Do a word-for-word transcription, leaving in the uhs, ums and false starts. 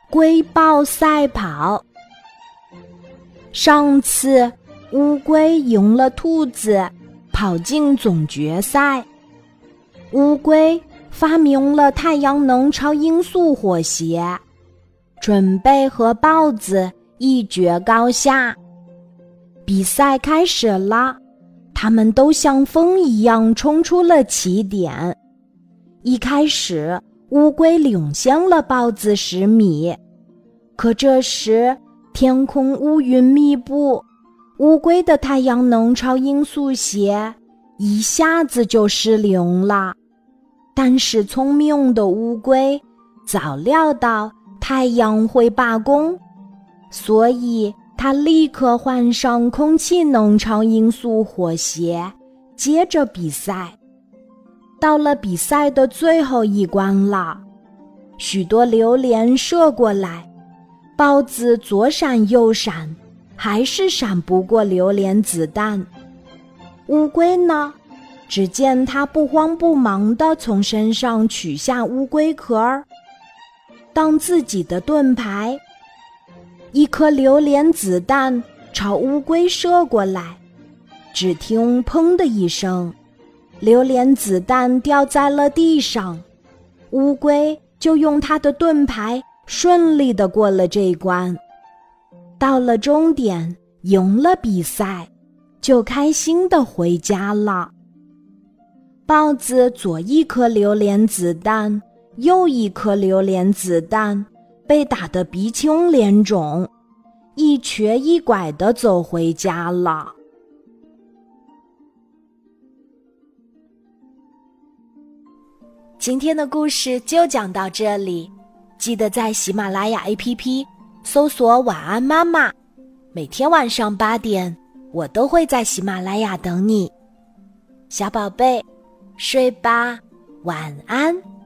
龟豹赛跑。上次乌龟赢了兔子，跑进总决赛。乌龟发明了太阳能超音速火鞋，准备和豹子一决高下。比赛开始了，他们都像风一样冲出了起点。一开始，乌龟领先了豹子十米，可这时天空乌云密布，乌龟的太阳能超音速鞋一下子就失灵了。但是聪明的乌龟早料到太阳会罢工，所以它立刻换上空气能超音速火鞋，接着比赛。到了比赛的最后一关了，许多榴莲射过来，豹子左闪右闪，还是闪不过榴莲子弹。乌龟呢？只见它不慌不忙地从身上取下乌龟壳当自己的盾牌。一颗榴莲子弹朝乌龟射过来，只听砰的一声，榴莲子弹掉在了地上，乌龟就用它的盾牌顺利地过了这一关。到了终点，赢了比赛，就开心地回家了。豹子左一颗榴莲子弹，右一颗榴莲子弹，被打得鼻青脸肿，一瘸一拐地走回家了。今天的故事就讲到这里，记得在喜马拉雅 A P P 搜索晚安妈妈，每天晚上八点，我都会在喜马拉雅等你。小宝贝，睡吧，晚安。